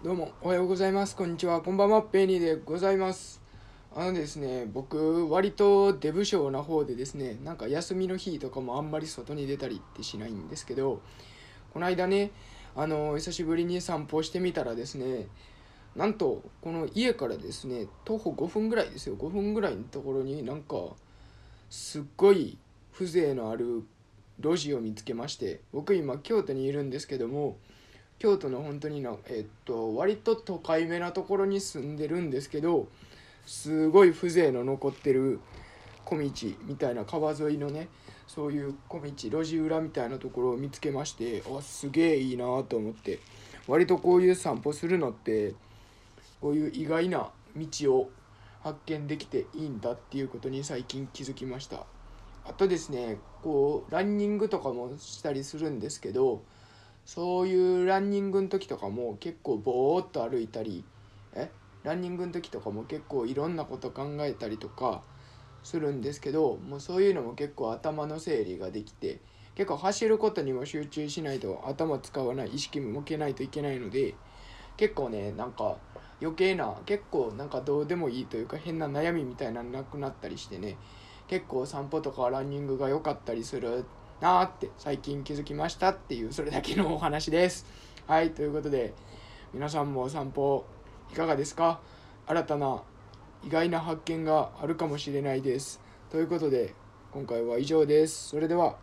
どうもおはようございます。こんにちは。こんばんは。ペニーでございます。ですね、僕、割とデブ症な方でですね、なんか休みの日とかもあんまり外に出たりってしないんですけど、この間ね、久しぶりに散歩してみたらですね、なんと、この家からですね、徒歩5分ぐらいですよ。5分ぐらいのところになんか、すっごい風情のある路地を見つけまして、僕今京都にいるんですけども、京都の本当に割と都会めなところに住んでるんですけど、すごい風情の残ってる小道みたいな川沿いのね、そういう小道、路地裏みたいなところを見つけまして、すげえいいなと思って、割とこういう散歩するのって、こういう意外な道を発見できていいんだっていうことに最近気づきました。あとですね、こう、ランニングとかもしたりするんですけど、そういうランニングの時とかも結構ぼーっと歩いたり、えランニングの時とかも結構いろんなこと考えたりとかするんですけど、もうそういうのも結構頭の整理ができて、結構走ることにも集中しないと頭使わない、意識も向けないといけないので、結構ね、なんか余計な、結構なんかどうでもいいというか変な悩みみたいなのなくなったりしてね、結構散歩とかランニングが良かったりするなーって最近気づきましたっていう、それだけのお話です。はい、ということで皆さんもお散歩いかがですか？新たな意外な発見があるかもしれないです。ということで今回は以上です。それでは。